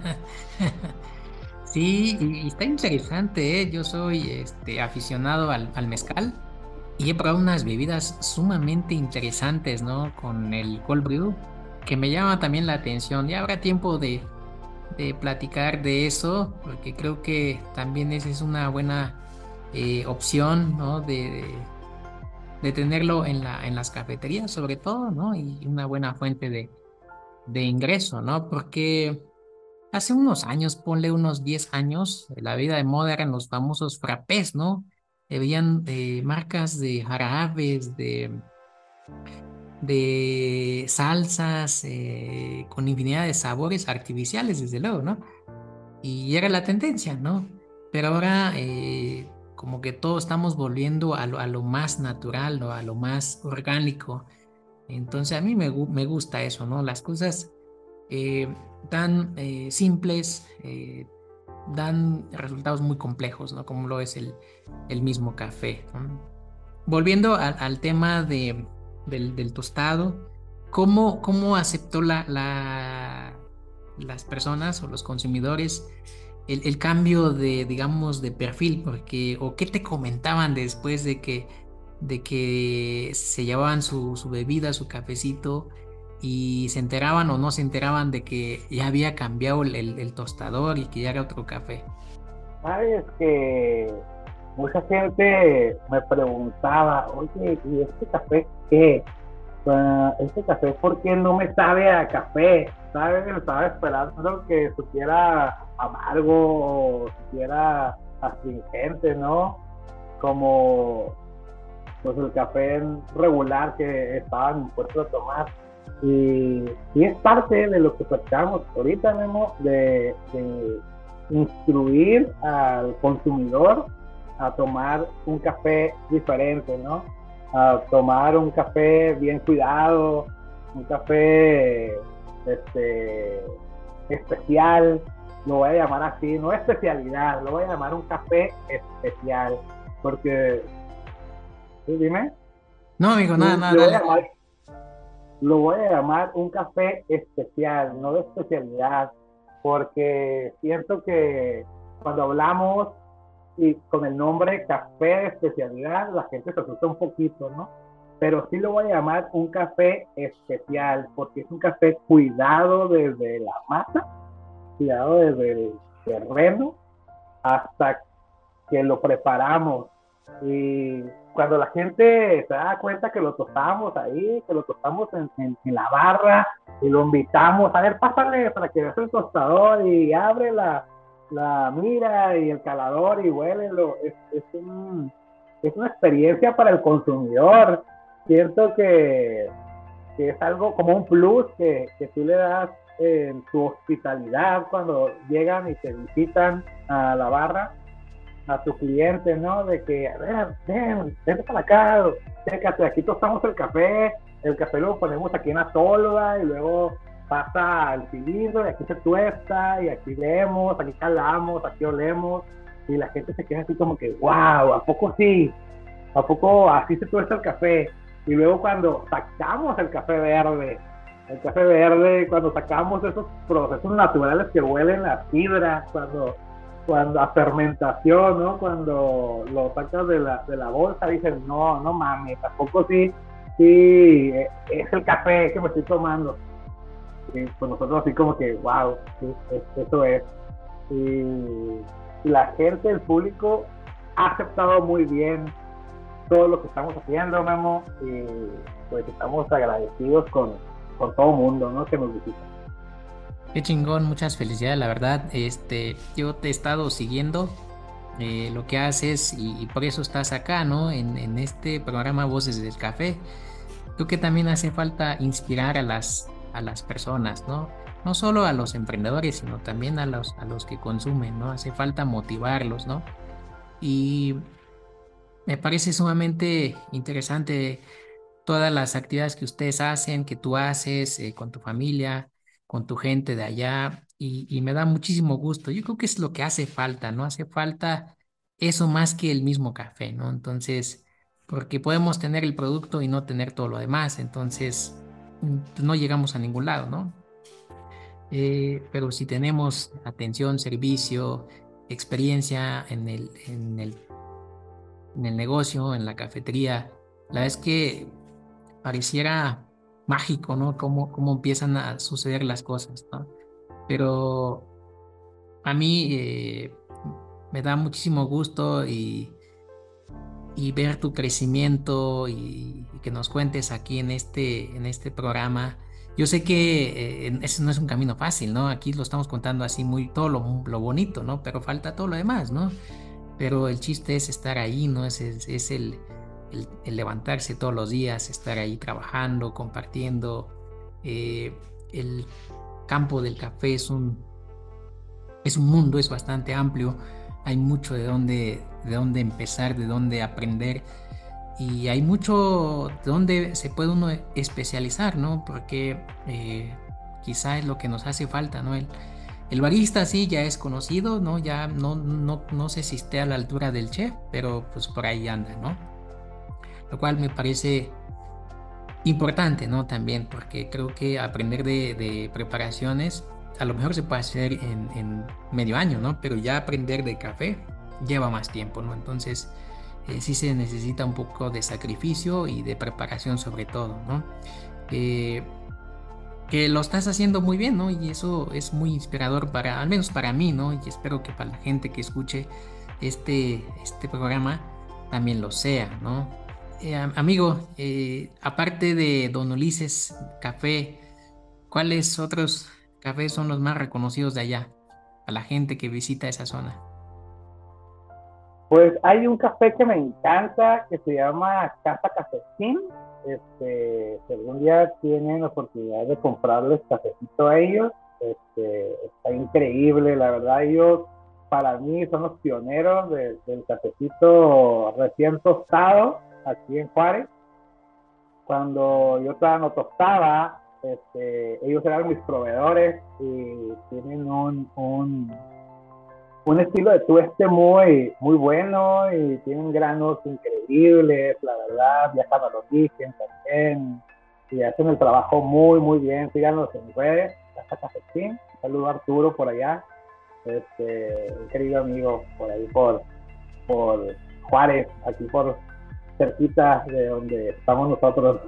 Sí, y, y está interesante, ¿eh? Yo soy este, aficionado al, al mezcal y he probado unas bebidas sumamente interesantes, ¿no? Con el cold brew, que me llama también la atención. Ya habrá tiempo de, de platicar de eso, porque creo que también esa es una buena eh, opción, ¿no? De, de, de tenerlo en la, en las cafeterías, sobre todo, ¿no? Y una buena fuente de, de ingreso, ¿no? Porque hace unos años, ponle unos diez años, la vida de moda eran los famosos frappés, ¿no? Habían eh, marcas de jarabes, de, de salsas, eh, con infinidad de sabores artificiales, desde luego, ¿no? Y era la tendencia, ¿no? Pero ahora eh, como que todos estamos volviendo a lo, a lo más natural, ¿no? A lo más orgánico. Entonces a mí me, gu- me gusta eso, ¿no? Las cosas eh, tan eh, simples. eh, dan resultados muy complejos, ¿no? Como lo es el, el mismo café, ¿no? Volviendo a- al tema de, del, del tostado, ¿cómo, cómo aceptó la, la, las personas o los consumidores el, el cambio de, digamos, de perfil? Porque, o qué te comentaban después de que, de que se llevaban su, su bebida, su cafecito, y se enteraban o no se enteraban de que ya había cambiado el, el- el tostador y que ya era otro café. Sabes que mucha gente me preguntaba, oye, ¿y este café qué? Uh, este café, ¿por qué no me sabe a café? ¿Sabes? Estaba esperando que supiera amargo o supiera astringente, ¿no? Como pues el café regular que estaban impuestos a tomar. Y, y es parte de lo que platicamos ahorita mismo, de, de instruir al consumidor a tomar un café diferente, ¿no? A tomar un café bien cuidado, un café este, especial, lo voy a llamar así, no especialidad, lo voy a llamar un café especial, porque, ¿sí, dime? No, amigo, nada, Un, nada, le voy a dale. llamar, lo voy a llamar un café especial, no de especialidad, porque siento que cuando hablamos y con el nombre café de especialidad, la gente se asusta un poquito, ¿no? Pero sí lo voy a llamar un café especial, porque es un café cuidado desde la masa, cuidado desde el terreno hasta que lo preparamos. Y cuando la gente se da cuenta que lo tostamos ahí, que lo tostamos en, en, en la barra y lo invitamos, a ver, pásale para que veas el tostador y abre la, la mira y el calador y huélelo. Es, es, un, es una experiencia para el consumidor. Siento que, que es algo como un plus que, que tú le das en tu hospitalidad cuando llegan y te visitan a la barra, a tu cliente, ¿no? De que, a ver, ven, vente para acá, fíjate, aquí tostamos el café, el café lo ponemos aquí en la tolva y luego pasa al cilindro y aquí se tuesta y aquí vemos, aquí calamos, aquí olemos y la gente se queda así como que, wow, ¿a poco sí? ¿A poco así se tuesta el café? Y luego cuando sacamos el café verde, el café verde, cuando sacamos esos procesos naturales que huelen a sidra, cuando cuando a fermentación, ¿no? Cuando lo sacas de la, de la bolsa, dicen, no, no mames, tampoco sí, sí, es el café que me estoy tomando. Y pues nosotros así como que, wow, sí, eso es. Y, y la gente, el público, ha aceptado muy bien todo lo que estamos haciendo, Memo, y pues estamos agradecidos con, con todo el mundo, ¿no? Que nos visita. Qué chingón, muchas felicidades, la verdad. Este, yo te he estado siguiendo eh, lo que haces y, y por eso estás acá, ¿no? En, en este programa Voces del Café. Creo que también hace falta inspirar a las, a las personas, ¿no? No solo a los emprendedores, sino también a los, a los que consumen, ¿no? Hace falta motivarlos, ¿no? Y me parece sumamente interesante todas las actividades que ustedes hacen, que tú haces eh, con tu familia, con tu gente de allá, y, y me da muchísimo gusto. Yo creo que es lo que hace falta, ¿no? Hace falta eso más que el mismo café, ¿no? Entonces, porque podemos tener el producto y no tener todo lo demás, entonces mm, pues no llegamos a ningún lado, ¿no? Eh, pero si tenemos atención, servicio, experiencia en el, en el, en el negocio, en la cafetería, la verdad es que pareciera mágico, ¿no? Cómo, cómo empiezan a suceder las cosas, ¿no? Pero a mí eh, me da muchísimo gusto y, y ver tu crecimiento y, y que nos cuentes aquí en este, en este programa. Yo sé que eh, ese no es un camino fácil, ¿no? Aquí lo estamos contando así muy todo lo, lo bonito, ¿no? Pero falta todo lo demás, ¿no? Pero el chiste es estar ahí, ¿no? Es, es, es el, el, el levantarse todos los días, estar ahí trabajando, compartiendo. Eh, el campo del café es un, es un mundo, es bastante amplio. Hay mucho de dónde, de dónde empezar, de dónde aprender. Y hay mucho de dónde se puede uno especializar, ¿no? Porque eh, quizá es lo que nos hace falta, ¿no? El, El barista sí ya es conocido, ¿no? Ya no, no, no sé si esté a la altura del chef, pero pues por ahí anda, ¿no? Lo cual me parece importante, ¿no? También, porque creo que aprender de, de preparaciones a lo mejor se puede hacer en, en medio año, ¿no? Pero ya aprender de café lleva más tiempo, ¿no? Entonces, eh, sí se necesita un poco de sacrificio y de preparación sobre todo, ¿no? Eh, que lo estás haciendo muy bien, ¿no? Y eso es muy inspirador para, al menos para mí, ¿no? Y espero que para la gente que escuche este, este programa también lo sea, ¿no? Eh, am- amigo, eh, aparte de Don Ulises Café, ¿cuáles otros cafés son los más reconocidos de allá? A la gente que visita esa zona. Pues hay un café que me encanta que se llama Casa Cafetín. Este, si algún día tienen la oportunidad de comprarles cafecito a ellos, este, está increíble, la verdad. Ellos, para mí, son los pioneros de, del cafecito recién tostado aquí en Juárez. Cuando yo todavía no tostaba, este, ellos eran mis proveedores y tienen un, un un estilo de tueste muy, muy bueno y tienen granos increíbles, la verdad, viajan al origen también y hacen el trabajo muy, muy bien. Síganlos en redes, Casa Cafetín. Saludo a Arturo por allá, este, un querido amigo por ahí, por, por Juárez, aquí por cerquita de donde estamos nosotros.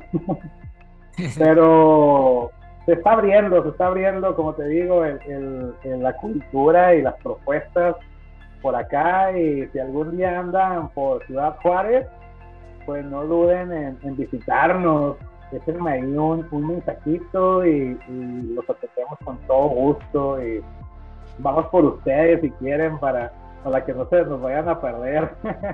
Pero se está abriendo, se está abriendo, como te digo, el, el, el, la cultura y las propuestas por acá, y si algún día andan por Ciudad Juárez, pues no duden en, en visitarnos, déjenme ahí un, un mensajito y, y los atendemos con todo gusto y vamos por ustedes si quieren para, para que no se nos vayan a perder.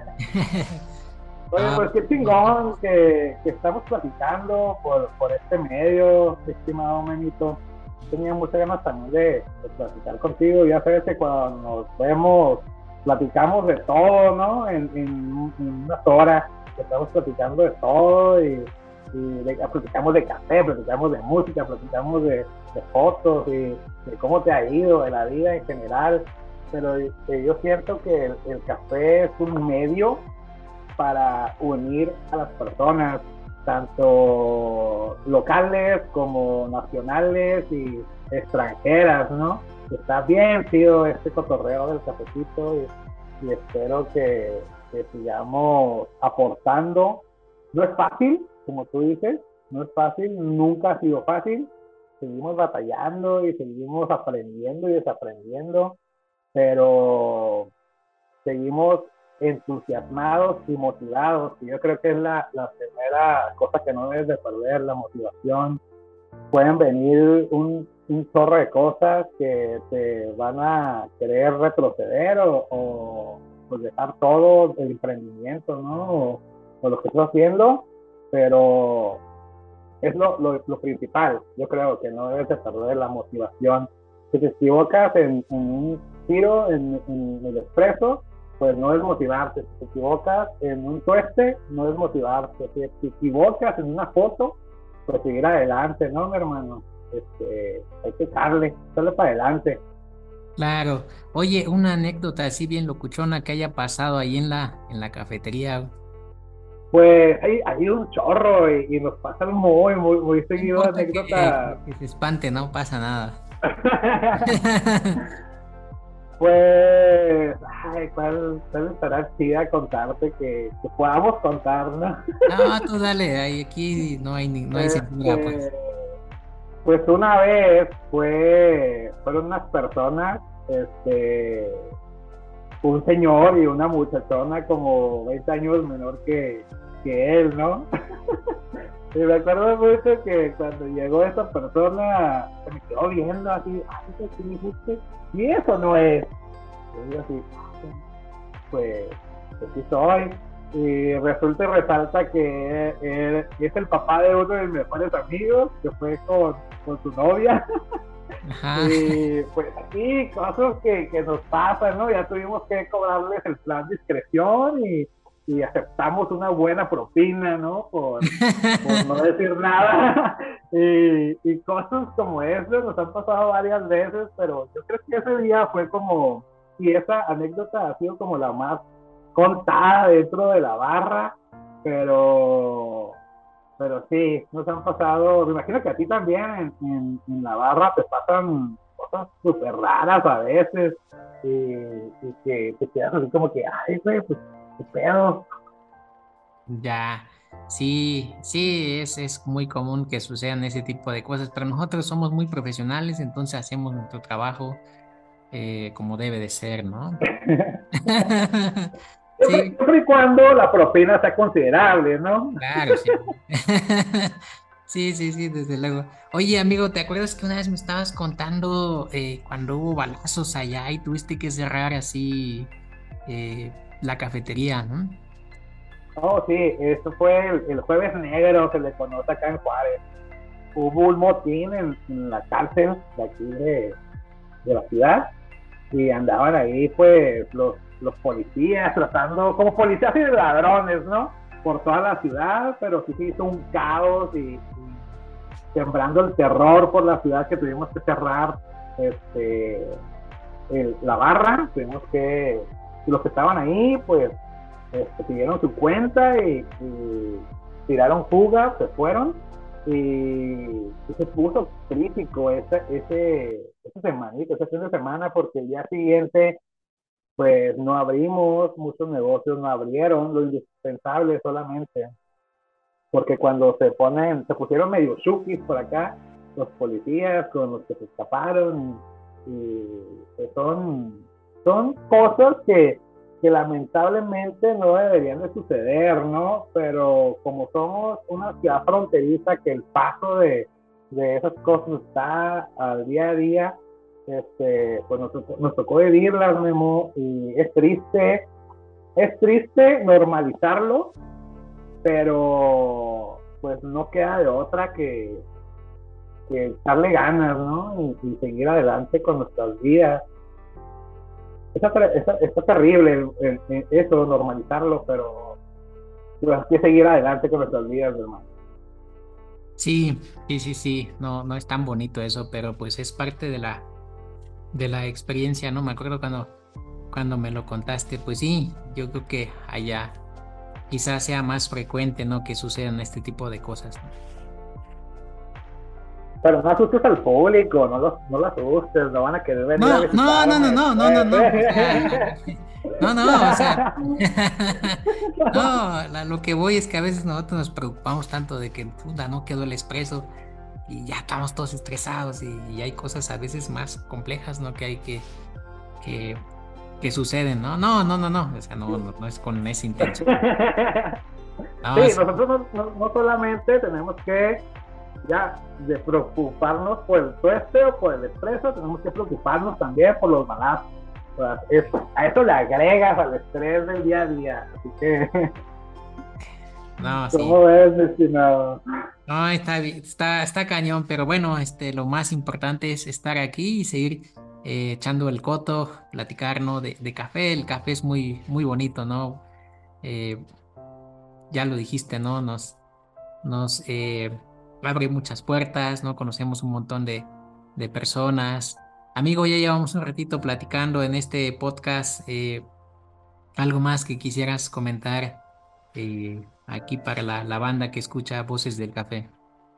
Oye, Ah, pues qué chingón que, que estamos platicando por, por este medio, estimado Memito. Tenía muchas ganas también de, de platicar contigo. Ya sabes que cuando nos vemos, platicamos de todo, ¿no? En, en, en unas horas estamos platicando de todo y, y de, platicamos de café, platicamos de música, platicamos de, de fotos y de cómo te ha ido, de la vida en general. Pero eh, yo siento que el, el café es un medio para unir a las personas, tanto locales como nacionales y extranjeras, ¿no? Está bien sido este cotorreo del cafecito y, y espero que, que sigamos aportando. No es fácil, como tú dices, no es fácil, nunca ha sido fácil. Seguimos batallando y seguimos aprendiendo y desaprendiendo, pero seguimos entusiasmados y motivados, y yo creo que es la, la primera cosa que no debes de perder, la motivación. Pueden venir un, un chorro de cosas que te van a querer retroceder o, o pues dejar todo el emprendimiento, ¿no? O, o lo que estás haciendo, pero es lo, lo, lo principal. Yo creo que no debes de perder la motivación. Si te equivocas en, en un tiro, en, en el expreso, pues no es motivarte. Si te equivocas en un tueste, no es motivarte. Si te equivocas en una foto, pues seguir adelante, ¿no, mi hermano? Este, hay que echarle, echarle para adelante. claro. Oye, una anécdota así bien locuchona que haya pasado ahí en la, en la cafetería. Pues hay, hay un chorro y, y nos pasan muy, muy, muy No seguido importa que, anécdotas. que, que se espante, no pasa nada. Pues, ay, ¿cuál, cuál estará chida contarte que, que podamos contar, ¿no? No, tú dale, ahí aquí no hay, ni- no hay censura, pues. Este, pues una vez fue, fueron unas personas, este, un señor y una muchachona como veinte años menor que, que él, ¿no? Y me acuerdo mucho que cuando llegó esa persona, se me quedó viendo así, ay, ¿qué dijiste? Y eso no es. Y yo así, pues, pues sí soy. Y resulta y resalta que él, es el papá de uno de mis mejores amigos, que fue con, con su novia. Ajá. Y pues aquí cosas que, que nos pasan, ¿no? Ya tuvimos que cobrarles el plan discreción y, y aceptamos una buena propina, ¿no? Por, por no decir nada. y, y cosas como eso nos han pasado varias veces, pero yo creo que ese día fue como, y esa anécdota ha sido como la más contada dentro de la barra, pero pero sí, nos han pasado, me imagino que a ti también en, en, en la barra te pasan cosas súper raras a veces y, y que te quedas así como que, ay, güey, pues, qué pedo. Ya, sí, sí, es, es muy común que sucedan ese tipo de cosas, pero nosotros somos muy profesionales, entonces hacemos nuestro trabajo eh, como debe de ser, ¿no? Siempre, Sí, siempre y cuando la propina sea considerable, ¿no? claro, sí. Sí, sí, sí, desde luego. Oye, amigo, ¿te acuerdas que una vez me estabas contando eh, cuando hubo balazos allá y tuviste que cerrar así eh, la cafetería, ¿no? Oh, sí, eso fue el, el jueves negro, se le conoce acá en Juárez. Hubo un motín en, en la cárcel de aquí de, de la ciudad y andaban ahí pues los, los policías tratando, como policías y ladrones, ¿no? Por toda la ciudad, pero sí se hizo un caos y, y sembrando el terror por la ciudad que tuvimos que cerrar este, el, la barra, tuvimos que, los que estaban ahí pues este, pidieron su cuenta y, y tiraron fugas, se fueron y, y se puso crítico ese, ese, ese semanito, ese fin de semana, porque el día siguiente pues no abrimos, muchos negocios no abrieron, lo indispensable solamente, porque cuando se ponen, se pusieron medio chukis por acá, los policías con los que se escaparon, y, y pues son, son cosas que, que lamentablemente no deberían de suceder, ¿no? Pero como somos una ciudad fronteriza, que el paso de, de esas cosas está al día a día, este, pues nos, nos tocó vivirlas, Memo, y es triste, es triste normalizarlo, pero pues no queda de otra que, que echarle ganas, ¿no? Y, y, seguir adelante con nuestras vidas. Está, está, está terrible el, el, el, eso, normalizarlo, pero pues, hay que seguir adelante con nuestras vidas, hermano. Sí, sí, sí, sí, no, no es tan bonito eso, pero pues es parte de la, de la experiencia, ¿no? Me acuerdo cuando, cuando me lo contaste, pues sí, yo creo que allá quizás sea más frecuente, ¿no? Que sucedan este tipo de cosas, ¿no? Pero no asustes al público, no los, no los asustes, no van a querer venir a No, no, no, no, visitarme no, no, no, después. no, o sea, no, no, o sea, no, la- lo que voy es que a veces nosotros nos preocupamos tanto de que, puta, no quedó el expreso y ya estamos todos estresados y, y hay cosas a veces más complejas, ¿no? Que hay que, que, que suceden, ¿no? No, no, no, no, o sea, no, no, no es con esa intención. No, Sí, sí, nosotros no, no, no solamente tenemos que ya de preocuparnos por el tueste o por el expreso, tenemos que preocuparnos también por los balazos. O sea, es, a eso le agregas al estrés del día a día. Así que, no, sí. ¿cómo ves, destinado? No, está, bi- está, está cañón, pero bueno, este, lo más importante es estar aquí y seguir eh, echando el coto, platicar, ¿no? De, de café. El café es muy, muy bonito, ¿no? Eh, ya lo dijiste, ¿no? Nos, nos eh, abre muchas puertas, ¿no? Conocemos un montón de, de personas. Amigo, ya llevamos un ratito platicando en este podcast. Eh, ¿algo más que quisieras comentar eh, aquí para la, la banda que escucha Voces del Café?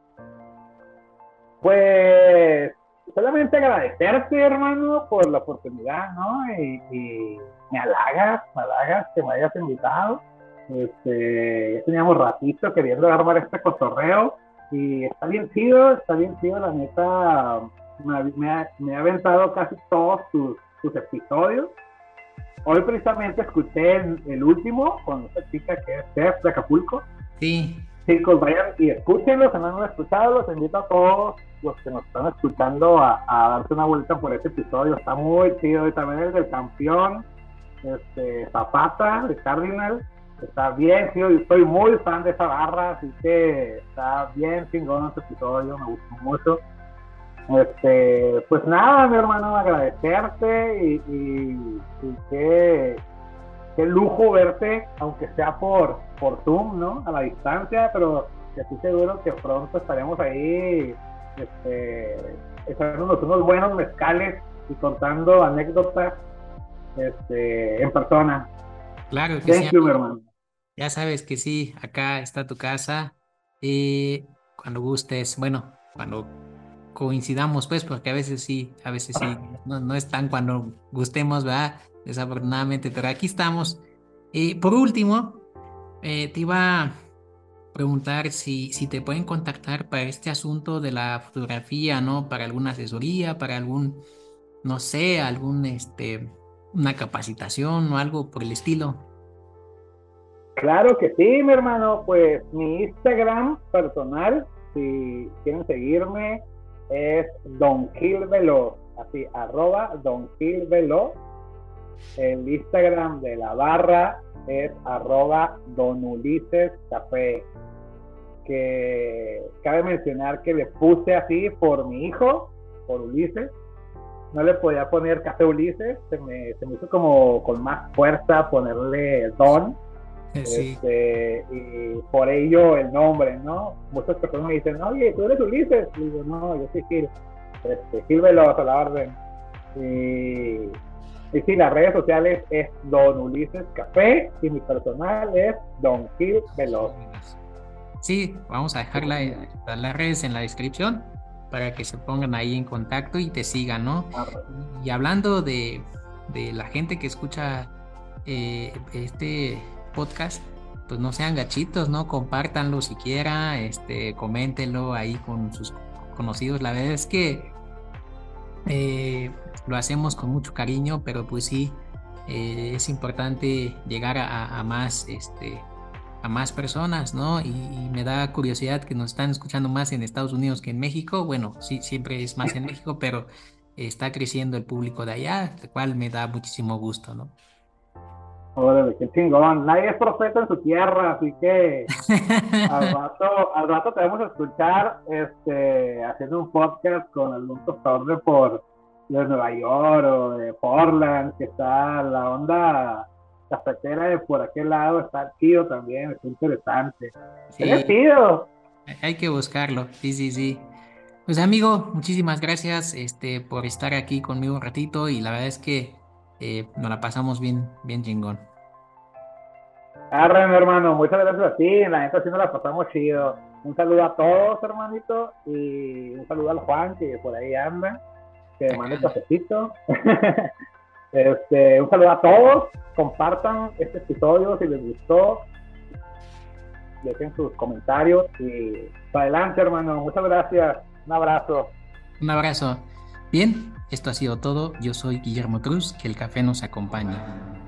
Pues solamente agradecerte, hermano, por la oportunidad, ¿no? Y, y me halagas, me halagas que me hayas invitado. Este, ya teníamos ratito queriendo armar este cotorreo y está bien chido, está bien chido, la neta, me, me, ha, me ha aventado casi todos tus, tus episodios. Hoy precisamente escuché el, el último con esta chica que es Steph de Acapulco. Sí. Chicos, vayan y escúchenlos, si no han escuchado, los invito a todos los que nos están escuchando a, a darse una vuelta por este episodio, está muy chido. Y también el del campeón, este, Zapata, de Cardinal, está bien chido, y soy muy fan de esa barra, así que está bien chingón este episodio, me gustó mucho. Este, pues nada, mi hermano, agradecerte y, y, y que, qué lujo verte, aunque sea por, por Zoom, ¿no? A la distancia, pero estoy seguro que pronto estaremos ahí, este, echándonos unos buenos mezcales y contando anécdotas, este, en persona. Claro que sí, Thank you, mi amigo. hermano. Ya sabes que sí, acá está tu casa. Eh, cuando gustes, bueno, cuando coincidamos, pues, porque a veces sí, a veces sí, no, no es tan cuando gustemos, ¿verdad? Desafortunadamente, pero aquí estamos. Eh, por último, eh, te iba a preguntar si, si te pueden contactar para este asunto de la fotografía, ¿no? Para alguna asesoría, para algún, no sé, algún, este, una capacitación o algo por el estilo. Claro que sí, mi hermano. Pues mi Instagram personal, si quieren seguirme, es Don Gil Veloz, así, arroba Don Gil Veloz. El Instagram de la barra es arroba Don Ulises Café, que cabe mencionar que le puse así por mi hijo, por Ulises. No le podía poner Café Ulises, se me, se me hizo como con más fuerza ponerle Don, Sí, este, y por ello el nombre, ¿no? Muchas personas me dicen, oye, tú eres Ulises. Y digo, no, yo soy Gil, este, Gil Veloz a la orden. Y, y sí, las redes sociales es Don Ulises Café y mi personal es Don Gil Veloz. sí, vamos a dejar la- las redes en la descripción para que se pongan ahí en contacto y te sigan, ¿no? Y, y hablando de, de la gente que escucha eh, este podcast, pues no sean gachitos, ¿no? Compártanlo siquiera, este, coméntenlo ahí con sus conocidos. La verdad es que eh, lo hacemos con mucho cariño, pero pues sí, eh, es importante llegar a, a- a más, este, a más personas, ¿no? Y, y me da curiosidad que nos están escuchando más en Estados Unidos que en México. Bueno, sí, siempre es más en México, pero está creciendo el público de allá, lo cual me da muchísimo gusto, ¿no? Órale, qué chingón. Nadie es profeta en su tierra, así que al rato, al rato te vamos a escuchar este, haciendo un podcast con algún tostador de por de Nueva York o de Portland, que está la onda cafetera de por aquel lado, está chido también, está interesante. Sería Sí, chido. hay que buscarlo, sí, sí, sí. Pues amigo, muchísimas gracias, este, por estar aquí conmigo un ratito y la verdad es que eh, nos la pasamos bien, bien chingón. Arre, mi hermano, muchas gracias a ti, la neta sí nos la pasamos chido. Un saludo a todos, hermanito, y un saludo al Juan, que por ahí anda, que Acá mande anda. cafecito. Este, un saludo a todos, compartan este episodio si les gustó, dejen sus comentarios y para adelante, hermano. Muchas gracias, un abrazo. Un abrazo. Bien, esto ha sido todo. Yo soy Guillermo Cruz, que el café nos acompañe.